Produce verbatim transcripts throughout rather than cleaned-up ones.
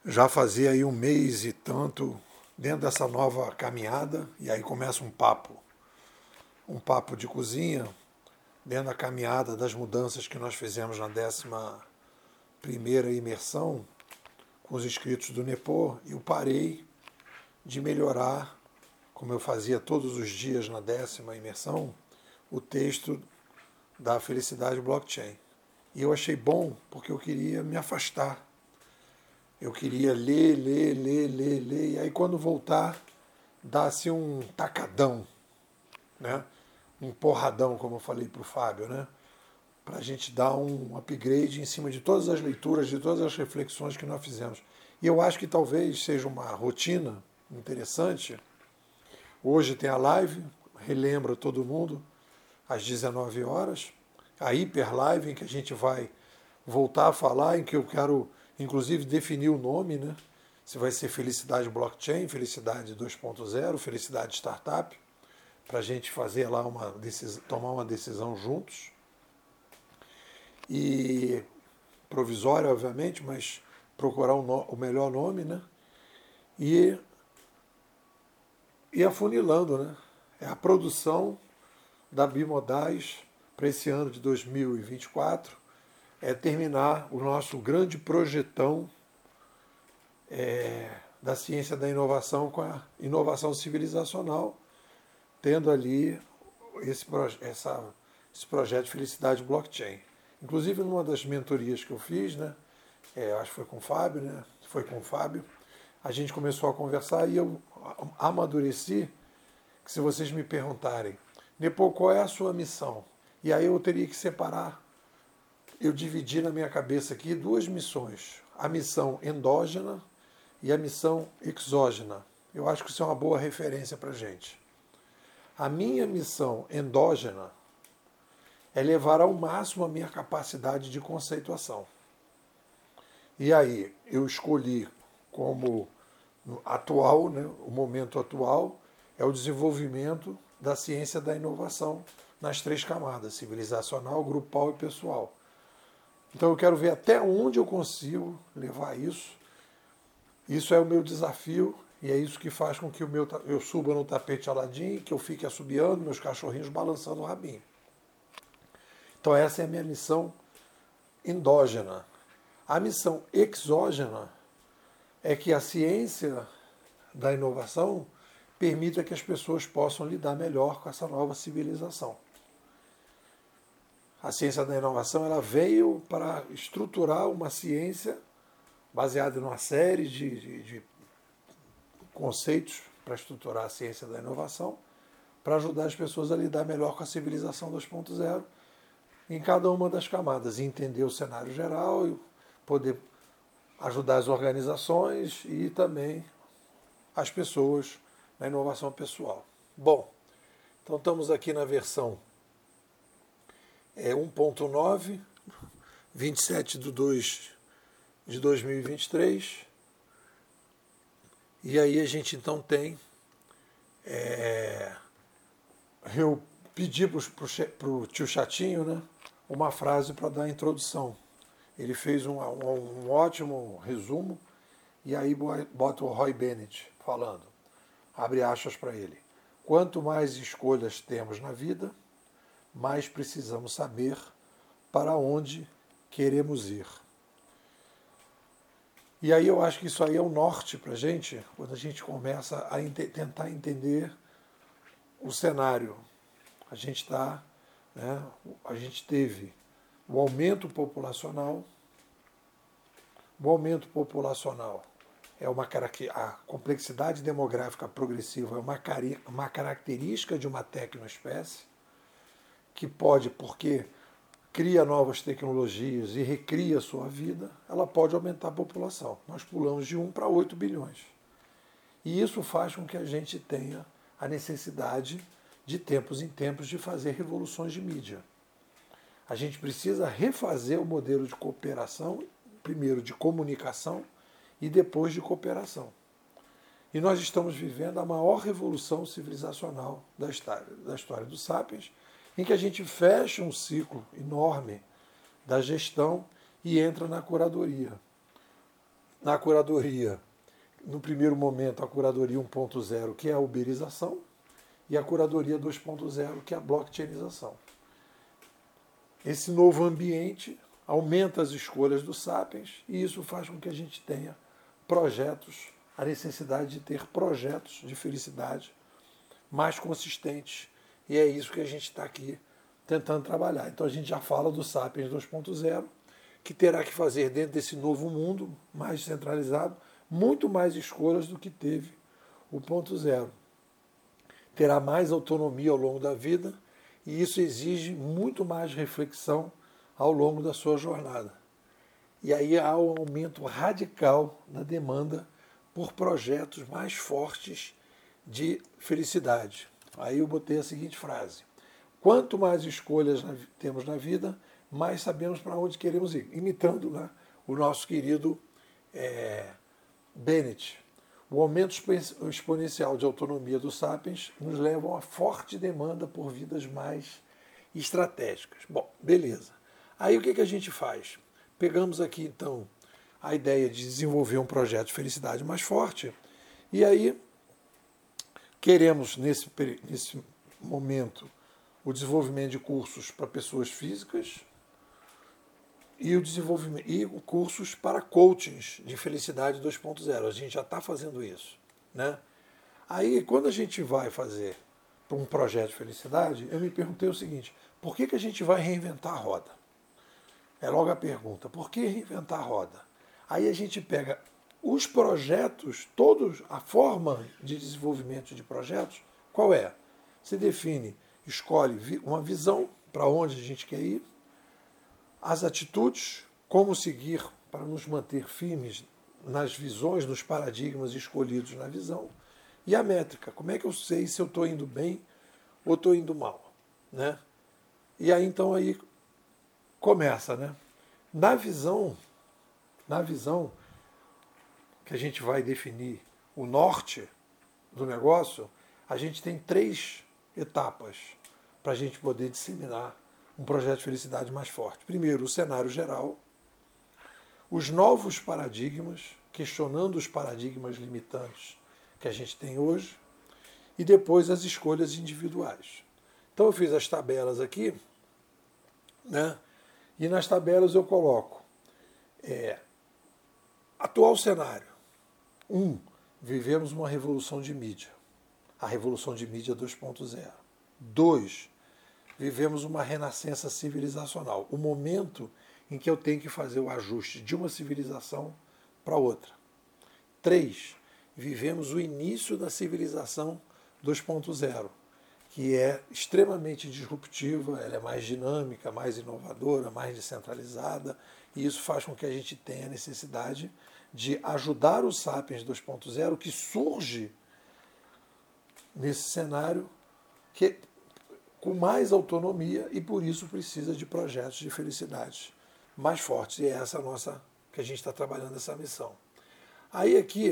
Já fazia aí um mês e tanto dentro dessa nova caminhada, e aí começa um papo, um papo de cozinha, dentro da caminhada das mudanças que nós fizemos na décima primeira imersão com os inscritos do Nepô. Eu parei de melhorar, como eu fazia todos os dias na décima imersão, o texto da Felicidade Blockchain. E eu achei bom porque eu queria me afastar. Eu queria ler, ler, ler, ler, ler, e aí quando voltar, dá-se um tacadão, né? Um porradão, como eu falei para o Fábio, né? Para a gente dar um upgrade em cima de todas as leituras, de todas as reflexões que nós fizemos. E eu acho que talvez seja uma rotina interessante. Hoje tem a live, relembra todo mundo, às dezenove horas, a hiper live em que a gente vai voltar a falar, em que eu quero inclusive definir o nome, né? Se vai ser Felicidade Blockchain, Felicidade dois ponto zero, Felicidade Startup, para a gente fazer lá uma decisão, tomar uma decisão juntos. E provisória, obviamente, mas procurar o, no, o melhor nome, né? E, e afunilando, né? É a produção da Bimodais para esse ano de dois mil e vinte e quatro, é terminar o nosso grande projetão é, da ciência da inovação com a inovação civilizacional, tendo ali esse, essa, esse projeto de Felicidade Blockchain. Inclusive, numa das mentorias que eu fiz, né, é, acho que foi com o Fábio, né, foi com o Fábio, a gente começou a conversar e eu amadureci que, se vocês me perguntarem, Nepô, qual é a sua missão? E aí eu teria que separar. Eu dividi na minha cabeça aqui duas missões. A missão endógena e a missão exógena. Eu acho que isso é uma boa referência para a gente. A minha missão endógena é levar ao máximo a minha capacidade de conceituação. E aí eu escolhi como atual, né, o momento atual, é o desenvolvimento da ciência da inovação nas três camadas, civilizacional, grupal e pessoal. Então eu quero ver até onde eu consigo levar isso. Isso é o meu desafio e é isso que faz com que o meu, eu suba no tapete Aladim, que eu fique assobiando, meus cachorrinhos balançando o rabinho. Então essa é a minha missão endógena. A missão exógena é que a ciência da inovação permita que as pessoas possam lidar melhor com essa nova civilização. A ciência da inovação ela veio para estruturar uma ciência baseada numa série de, de, de conceitos para estruturar a ciência da inovação, para ajudar as pessoas a lidar melhor com a civilização dois ponto zero em cada uma das camadas, e entender o cenário geral e poder ajudar as organizações e também as pessoas na inovação pessoal. Bom, então estamos aqui na versão é, um ponto nove, vinte e sete de dois de dois mil e vinte e três. E aí a gente então tem. É, eu pedi para o tio Chatinho, né, uma frase para dar a introdução. Ele fez um, um, um ótimo resumo, e aí bota o Roy Bennett falando, abre aspas para ele. Quanto mais escolhas temos na vida, mais precisamos saber para onde queremos ir. E aí eu acho que isso aí é o norte para a gente, quando a gente começa a ente- tentar entender o cenário. A gente tá, né, a gente teve o aumento populacional. O aumento populacional é uma a complexidade demográfica progressiva é uma, uma característica de uma tecnoespécie que pode, porque cria novas tecnologias e recria a sua vida, ela pode aumentar a população. Nós pulamos de um para oito bilhões. E isso faz com que a gente tenha a necessidade, de tempos em tempos, de fazer revoluções de mídia. A gente precisa refazer o modelo de cooperação, primeiro de comunicação e depois de cooperação. E nós estamos vivendo a maior revolução civilizacional da história, da história dos Sapiens, em que a gente fecha um ciclo enorme da gestão e entra na curadoria. na curadoria, no primeiro momento, a curadoria um ponto zero, que é a uberização, e a curadoria dois ponto zero, que é a blockchainização. Esse novo ambiente aumenta as escolhas do Sapiens e isso faz com que a gente tenha projetos, a necessidade de ter projetos de felicidade mais consistentes. E é isso que a gente está aqui tentando trabalhar. Então a gente já fala do Sapiens dois ponto zero, que terá que fazer dentro desse novo mundo mais centralizado muito mais escolhas do que teve o ponto zero. Terá mais autonomia ao longo da vida e isso exige muito mais reflexão ao longo da sua jornada. E aí há um aumento radical na demanda por projetos mais fortes de felicidade. Aí eu botei a seguinte frase: quanto mais escolhas temos na vida, mais sabemos para onde queremos ir. Imitando, né, o nosso querido é, Bennett. O aumento exponencial de autonomia dos Sapiens nos leva a uma forte demanda por vidas mais estratégicas. Bom, beleza. Aí o que, que a gente faz? Pegamos aqui, então, a ideia de desenvolver um projeto de felicidade mais forte e aí queremos, nesse, nesse momento, o desenvolvimento de cursos para pessoas físicas e o desenvolvimento e cursos para coachings de felicidade dois ponto zero. A gente já está fazendo isso, né? Aí, quando a gente vai fazer um projeto de felicidade, eu me perguntei o seguinte: por que, que a gente vai reinventar a roda? É logo a pergunta: por que reinventar a roda? Aí a gente pega os projetos, todos, a forma de desenvolvimento de projetos, qual é? Se define, escolhe uma visão para onde a gente quer ir, as atitudes, como seguir para nos manter firmes nas visões, nos paradigmas escolhidos na visão, e a métrica, como é que eu sei se eu estou indo bem ou estou indo mal, né? E aí então aí começa, né? Na visão, na visão que a gente vai definir o norte do negócio, a gente tem três etapas para a gente poder disseminar um projeto de felicidade mais forte. Primeiro, o cenário geral, os novos paradigmas, questionando os paradigmas limitantes que a gente tem hoje, e depois as escolhas individuais. Então eu fiz as tabelas aqui, né? E nas tabelas eu coloco é, atual cenário. Um, vivemos uma revolução de mídia, a revolução de mídia dois ponto zero. Dois, vivemos uma renascença civilizacional, o momento em que eu tenho que fazer o ajuste de uma civilização para outra. Três, vivemos o início da civilização dois ponto zero, que é extremamente disruptiva, ela é mais dinâmica, mais inovadora, mais descentralizada, e isso faz com que a gente tenha a necessidade de ajudar o Sapiens dois ponto zero, que surge nesse cenário que com mais autonomia e por isso precisa de projetos de felicidade mais fortes. E é essa a nossa, que a gente está trabalhando essa missão. Aí aqui,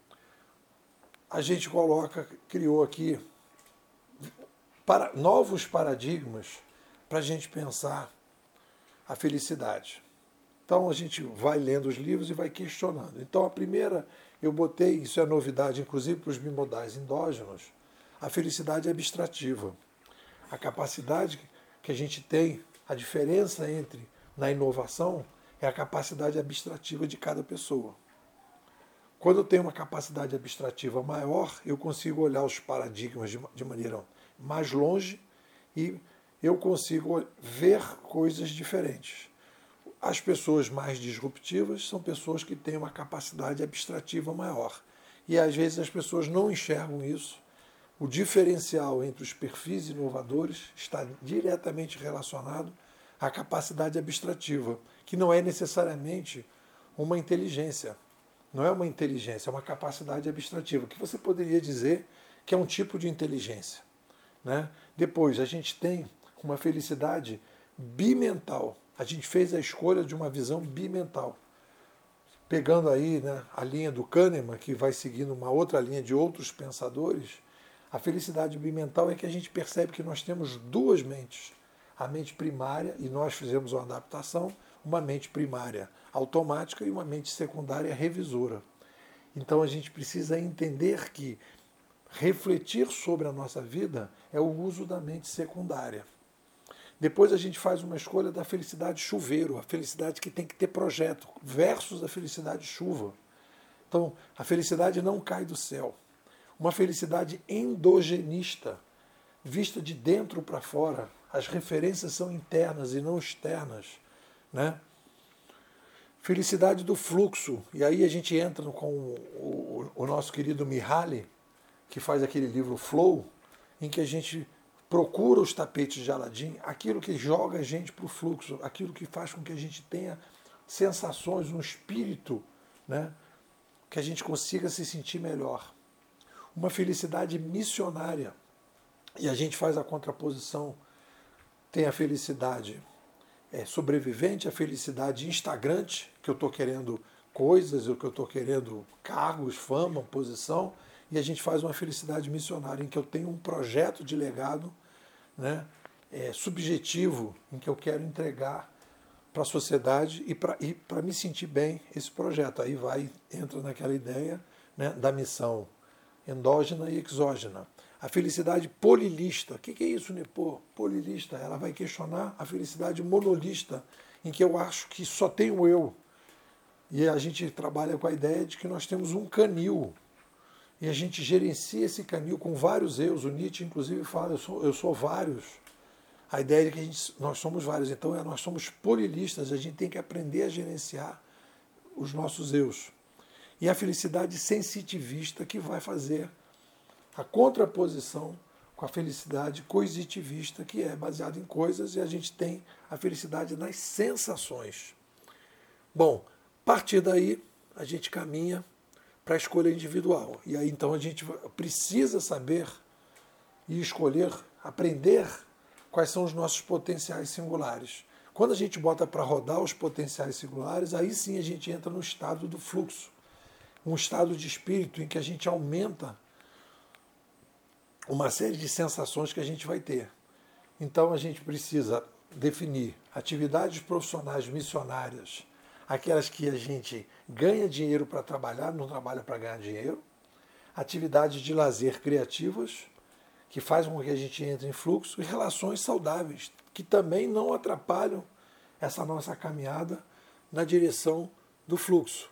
a gente coloca, criou aqui para, novos paradigmas para a gente pensar a felicidade. Então a gente vai lendo os livros e vai questionando. Então a primeira, eu botei, isso é novidade inclusive para os bimodais endógenos, a felicidade abstrativa. A capacidade que a gente tem, a diferença entre na inovação é a capacidade abstrativa de cada pessoa. Quando eu tenho uma capacidade abstrativa maior, eu consigo olhar os paradigmas de, de maneira mais longe e eu consigo ver coisas diferentes. As pessoas mais disruptivas são pessoas que têm uma capacidade abstrativa maior. E às vezes as pessoas não enxergam isso. O diferencial entre os perfis inovadores está diretamente relacionado à capacidade abstrativa, que não é necessariamente uma inteligência. Não é uma inteligência, é uma capacidade abstrativa, que você poderia dizer que é um tipo de inteligência, né? Depois, a gente tem uma felicidade bimental. A gente fez a escolha de uma visão bimental. Pegando aí, né, a linha do Kahneman, que vai seguindo uma outra linha de outros pensadores, a felicidade bimental é que a gente percebe que nós temos duas mentes. A mente primária, e nós fizemos uma adaptação, uma mente primária automática e uma mente secundária revisora. Então a gente precisa entender que refletir sobre a nossa vida é o uso da mente secundária. Depois a gente faz uma escolha da felicidade chuveiro, a felicidade que tem que ter projeto, versus a felicidade chuva. Então, a felicidade não cai do céu. Uma felicidade endogenista, vista de dentro para fora. As referências são internas e não externas, né? Felicidade do fluxo. E aí a gente entra com o, o, o nosso querido Mihaly, que faz aquele livro Flow, em que a gente procura os tapetes de Aladim, aquilo que joga a gente para o fluxo, aquilo que faz com que a gente tenha sensações, um espírito, né, que a gente consiga se sentir melhor. Uma felicidade missionária. E a gente faz a contraposição. Tem a felicidade é, sobrevivente, a felicidade instagrante, que eu estou querendo coisas, ou que eu estou querendo cargos, fama, posição, e a gente faz uma felicidade missionária, em que eu tenho um projeto de legado, né, é, subjetivo, em que eu quero entregar para a sociedade e para e para me sentir bem esse projeto. Aí vai, entra naquela ideia, né, da missão endógena e exógena. A felicidade polilista. O que é isso, Nepô? Polilista. Ela vai questionar a felicidade monolista, em que eu acho que só tenho eu. E a gente trabalha com a ideia de que nós temos um canil. E a gente gerencia esse canil com vários eus. O Nietzsche, inclusive, fala, eu sou, eu sou vários. A ideia é que a gente, nós somos vários. Então, é, nós somos polilistas. A gente tem que aprender a gerenciar os nossos eus. E a felicidade sensitivista, que vai fazer a contraposição com a felicidade coisitivista, que é baseada em coisas, e a gente tem a felicidade nas sensações. Bom, a partir daí, a gente caminha para a escolha individual. E aí, então, a gente precisa saber e escolher, aprender quais são os nossos potenciais singulares. Quando a gente bota para rodar os potenciais singulares, aí sim a gente entra no estado do fluxo, um estado de espírito em que a gente aumenta uma série de sensações que a gente vai ter. Então a gente precisa definir atividades profissionais missionárias, aquelas que a gente ganha dinheiro para trabalhar, não trabalha para ganhar dinheiro, atividades de lazer criativas, que fazem com que a gente entre em fluxo, e relações saudáveis, que também não atrapalham essa nossa caminhada na direção do fluxo.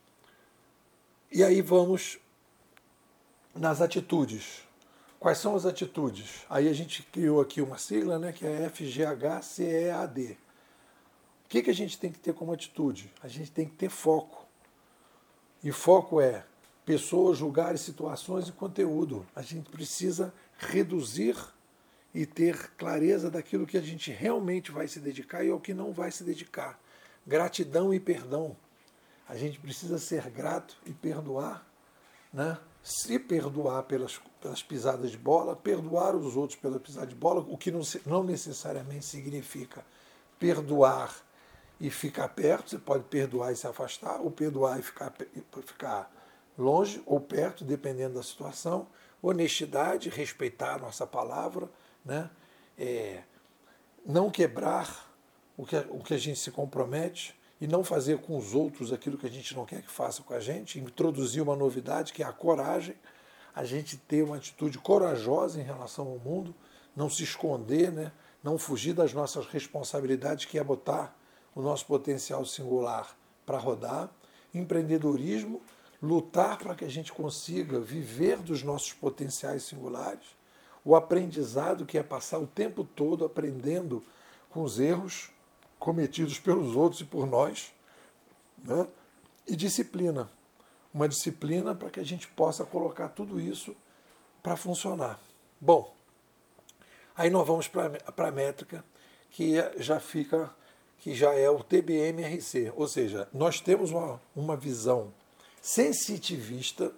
E aí vamos nas atitudes. Quais são as atitudes? Aí a gente criou aqui uma sigla, né, que é F G H C E A D. O que, que a gente tem que ter como atitude? A gente tem que ter foco. E foco é pessoas, lugares, situações e conteúdo. A gente precisa reduzir e ter clareza daquilo que a gente realmente vai se dedicar e ao que não vai se dedicar. Gratidão e perdão. A gente precisa ser grato e perdoar, né? Se perdoar pelas, pelas pisadas de bola, perdoar os outros pela pisada de bola, o que não, não necessariamente significa perdoar e ficar perto. Você pode perdoar e se afastar, ou perdoar e ficar, ficar longe ou perto, dependendo da situação. Honestidade, respeitar a nossa palavra, né? É, não quebrar o que, o que a gente se compromete, e não fazer com os outros aquilo que a gente não quer que faça com a gente, introduzir uma novidade, que é a coragem, a gente ter uma atitude corajosa em relação ao mundo, não se esconder, né? Não fugir das nossas responsabilidades, que é botar o nosso potencial singular para rodar. Empreendedorismo, lutar para que a gente consiga viver dos nossos potenciais singulares. O aprendizado, que é passar o tempo todo aprendendo com os erros cometidos pelos outros e por nós, né? E disciplina. Uma disciplina para que a gente possa colocar tudo isso para funcionar. Bom, aí nós vamos para a métrica, que já fica, que já é o T B M R C, ou seja, nós temos uma, uma visão sensitivista,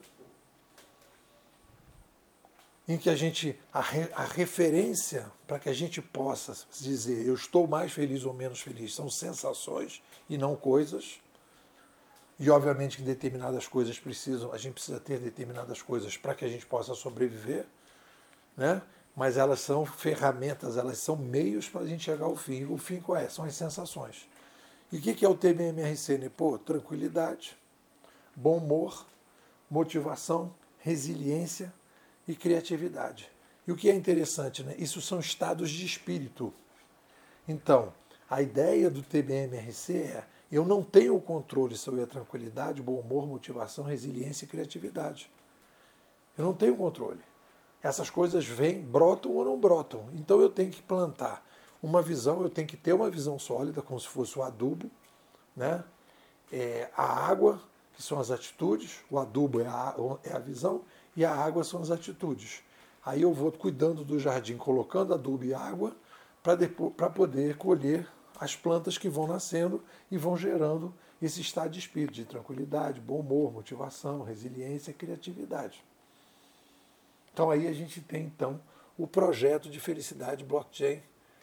em que a gente, a, re, a referência para que a gente possa dizer eu estou mais feliz ou menos feliz são sensações e não coisas. E obviamente que determinadas coisas precisam, a gente precisa ter determinadas coisas para que a gente possa sobreviver, né? Mas elas são ferramentas, elas são meios para a gente chegar ao fim. O fim qual é? São as sensações. E o que, que é o T B M R C, né? Pô, tranquilidade, bom humor, motivação, resiliência e criatividade. E o que é interessante, né? Isso são estados de espírito. Então, a ideia do T B M R C é: eu não tenho o controle sobre a tranquilidade, bom humor, motivação, resiliência e criatividade. Eu não tenho controle. Essas coisas vêm, brotam ou não brotam. Então eu tenho que plantar uma visão, eu tenho que ter uma visão sólida, como se fosse o adubo, né? É, a água, que são as atitudes, o adubo é a, é a visão, e a água são as atitudes. Aí eu vou cuidando do jardim, colocando adubo e água, para poder colher as plantas que vão nascendo e vão gerando esse estado de espírito, de tranquilidade, bom humor, motivação, resiliência e criatividade. Então aí a gente tem então o projeto de felicidade blockchain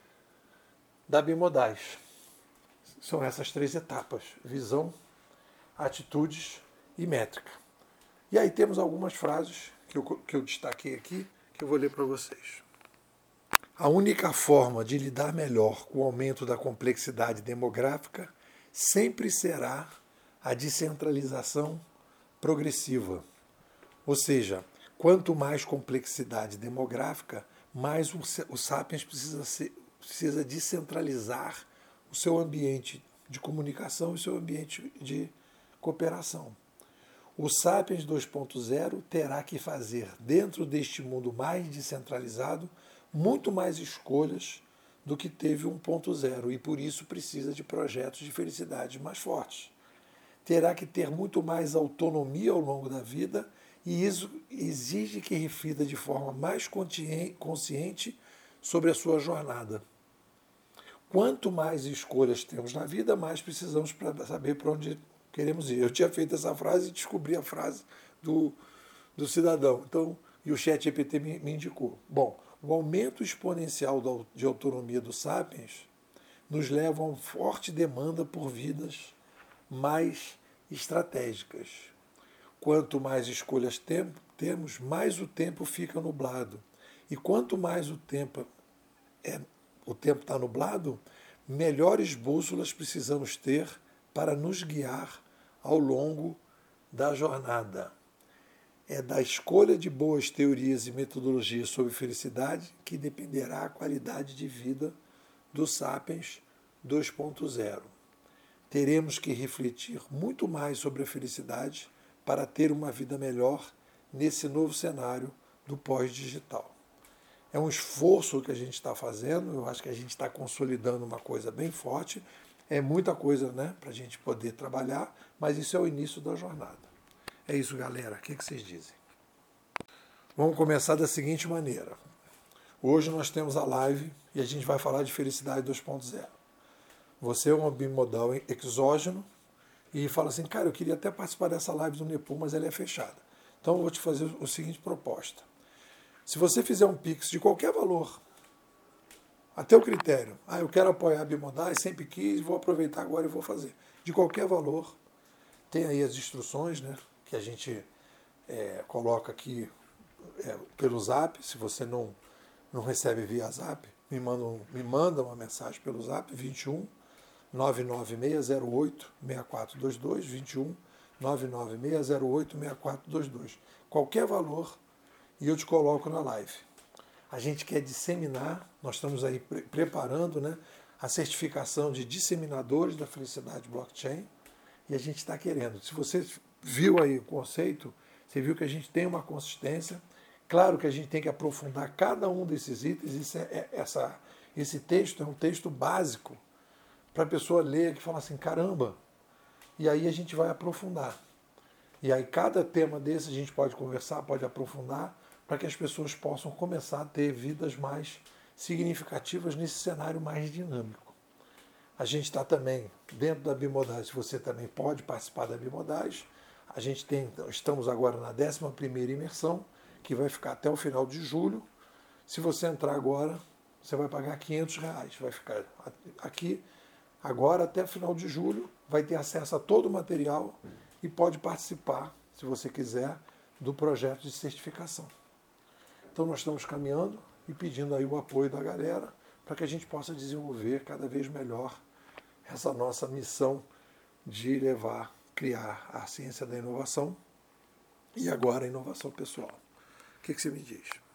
da Bimodais. São essas três etapas: visão, atitudes e métrica. E aí temos algumas frases que eu, que eu destaquei aqui, que eu vou ler para vocês. A única forma de lidar melhor com o aumento da complexidade demográfica sempre será a descentralização progressiva. Ou seja, quanto mais complexidade demográfica, mais o, o Sapiens precisa, ser, precisa descentralizar o seu ambiente de comunicação e o seu ambiente de cooperação. O Sapiens dois ponto zero terá que fazer, dentro deste mundo mais descentralizado, muito mais escolhas do que teve um ponto zero e, por isso, precisa de projetos de felicidade mais fortes. Terá que ter muito mais autonomia ao longo da vida e isso exige que reflita de forma mais consciente sobre a sua jornada. Quanto mais escolhas temos na vida, mais precisamos para saber para onde queremos ir. Eu tinha feito essa frase e descobri a frase do, do cidadão. Então, e o ChatGPT me, me indicou. Bom, o aumento exponencial de autonomia do Sapiens nos leva a uma forte demanda por vidas mais estratégicas. Quanto mais escolhas tem, temos, mais o tempo fica nublado. E quanto mais o tempo é, o tempo está nublado, melhores bússolas precisamos ter para nos guiar ao longo da jornada. É da escolha de boas teorias e metodologias sobre felicidade que dependerá a qualidade de vida do Sapiens dois ponto zero. Teremos que refletir muito mais sobre a felicidade para ter uma vida melhor nesse novo cenário do pós-digital. É um esforço que a gente está fazendo, eu acho que a gente está consolidando uma coisa bem forte, é muita coisa, né, para a gente poder trabalhar, mas isso é o início da jornada. É isso, galera. O que, que vocês dizem? Vamos começar da seguinte maneira. Hoje nós temos a live e a gente vai falar de felicidade dois ponto zero. Você é um bimodal exógeno e fala assim, cara, eu queria até participar dessa live do Nepal, mas ela é fechada. Então eu vou te fazer a seguinte proposta. Se você fizer um Pix de qualquer valor, a teu critério, ah, eu quero apoiar a Bimodais, sempre quis, vou aproveitar agora e vou fazer. De qualquer valor, tem aí as instruções, né, que a gente é, coloca aqui é, pelo Zap. Se você não, não recebe via Zap, me manda, um, me manda uma mensagem pelo Zap, vinte e um, nove nove seis zero oito, seis quatro dois dois, vinte e um, nove nove seis zero oito, seis quatro dois dois. Qualquer valor e eu te coloco na live. A gente quer disseminar, nós estamos aí pre- preparando, né, a certificação de disseminadores da felicidade blockchain e a gente está querendo. Se você viu aí o conceito, você viu que a gente tem uma consistência. Claro que a gente tem que aprofundar cada um desses itens. Isso é, é, essa, esse texto é um texto básico para a pessoa ler e falar assim, caramba, e aí a gente vai aprofundar. E aí cada tema desse a gente pode conversar, pode aprofundar, para que as pessoas possam começar a ter vidas mais significativas nesse cenário mais dinâmico. A gente está também dentro da Bimodais, você também pode participar da Bimodais. A gente tem, estamos agora na décima primeira imersão, que vai ficar até o final de julho. Se você entrar agora, você vai pagar quinhentos reais. Vai ficar aqui agora até o final de julho, vai ter acesso a todo o material e pode participar, se você quiser, do projeto de certificação. Então nós estamos caminhando e pedindo aí o apoio da galera para que a gente possa desenvolver cada vez melhor essa nossa missão de levar, criar a ciência da inovação e agora a inovação pessoal. O que, que você me diz?